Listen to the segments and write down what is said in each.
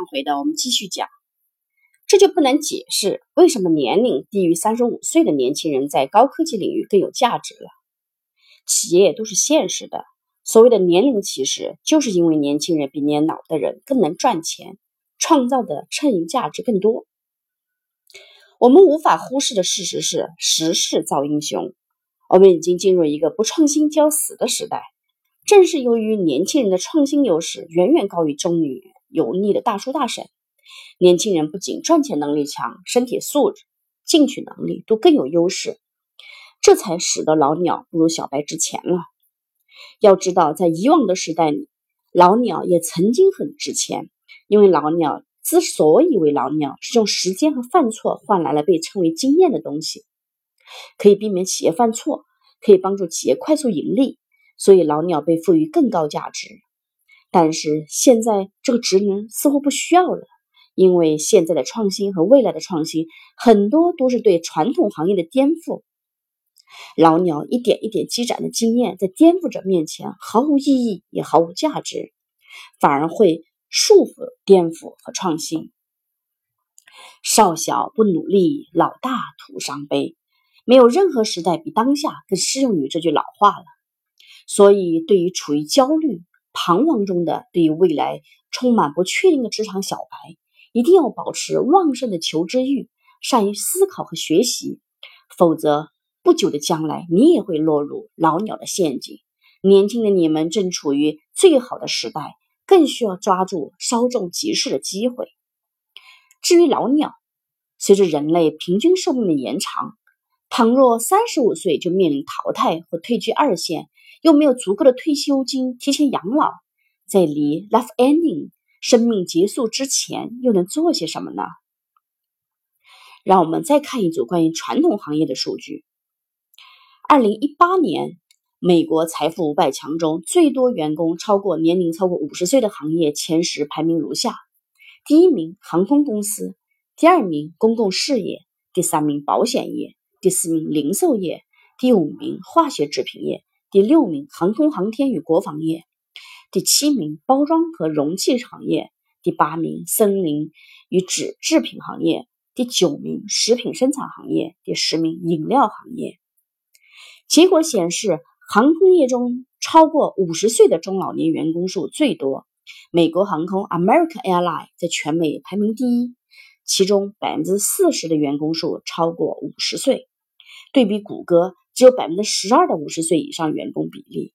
回的我们继续讲，这就不难解释为什么年龄低于35岁的年轻人在高科技领域更有价值了。企业都是现实的，所谓的年龄歧视，就是因为年轻人比年老的人更能赚钱，创造的剩余价值更多。我们无法忽视的事实是，时势造英雄，我们已经进入一个不创新就要死的时代。正是由于年轻人的创新优势远远高于中女油腻的大叔大婶，年轻人不仅赚钱能力强，身体素质、进取能力都更有优势，这才使得老鸟不如小白值钱了。要知道，在以往的时代里，老鸟也曾经很值钱，因为老鸟之所以为老鸟，是用时间和犯错换来了被称为经验的东西，可以避免企业犯错，可以帮助企业快速盈利，所以老鸟被赋予更高价值。但是现在这个职能似乎不需要了，因为现在的创新和未来的创新很多都是对传统行业的颠覆。老鸟一点一点积攒的经验在颠覆者面前毫无意义，也毫无价值，反而会束缚颠覆和创新。少小不努力，老大徒伤悲。没有任何时代比当下更适用于这句老话了。所以对于处于焦虑彷徨中的，对于未来充满不确定的职场小白，一定要保持旺盛的求知欲，善于思考和学习，否则不久的将来你也会落入老鸟的陷阱。年轻的你们正处于最好的时代，更需要抓住稍纵即逝的机会。至于老鸟，随着人类平均寿命的延长，倘若35岁就面临淘汰或退居二线，又没有足够的退休金提前养老，在离 life ending 生命结束之前又能做些什么呢？让我们再看一组关于传统行业的数据。2018年美国财富500强中最多员工年龄超过50岁的行业前10排名如下：第1名航空公司，第2名公共事业，第3名保险业，第4名零售业，第5名化学制品业，第6名航空航天与国防业，第7名包装和容器行业，第8名森林与纸制品行业，第9名食品生产行业，第10名饮料行业。结果显示，航空业中超过50岁的中老年员工数最多，美国航空 American Airlines 在全美排名第一，其中 40% 的员工数超过50岁，对比谷歌只有 12% 的50岁以上员工比例。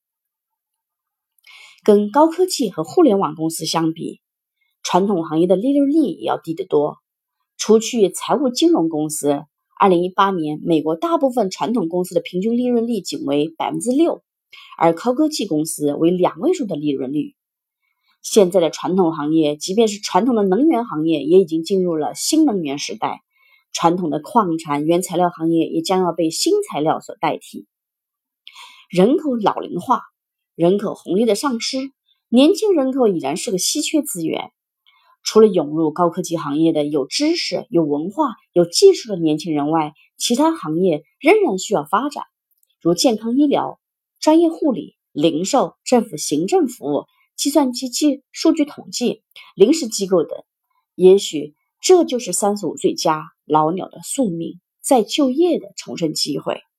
跟高科技和互联网公司相比，传统行业的利润率也要低得多。除去财务金融公司，2018年美国大部分传统公司的平均利润率仅为 6%， 而高科技公司为2位数的利润率。现在的传统行业，即便是传统的能源行业，也已经进入了新能源时代，传统的矿产原材料行业也将要被新材料所代替。人口老龄化，人口红利的丧失，年轻人口已然是个稀缺资源。除了涌入高科技行业的有知识、有文化、有技术的年轻人外，其他行业仍然需要发展，如健康医疗、专业护理、零售、政府行政服务、计算机数据统计、临时机构等。也许这就是35岁加老鸟的宿命，再就业的重生机会。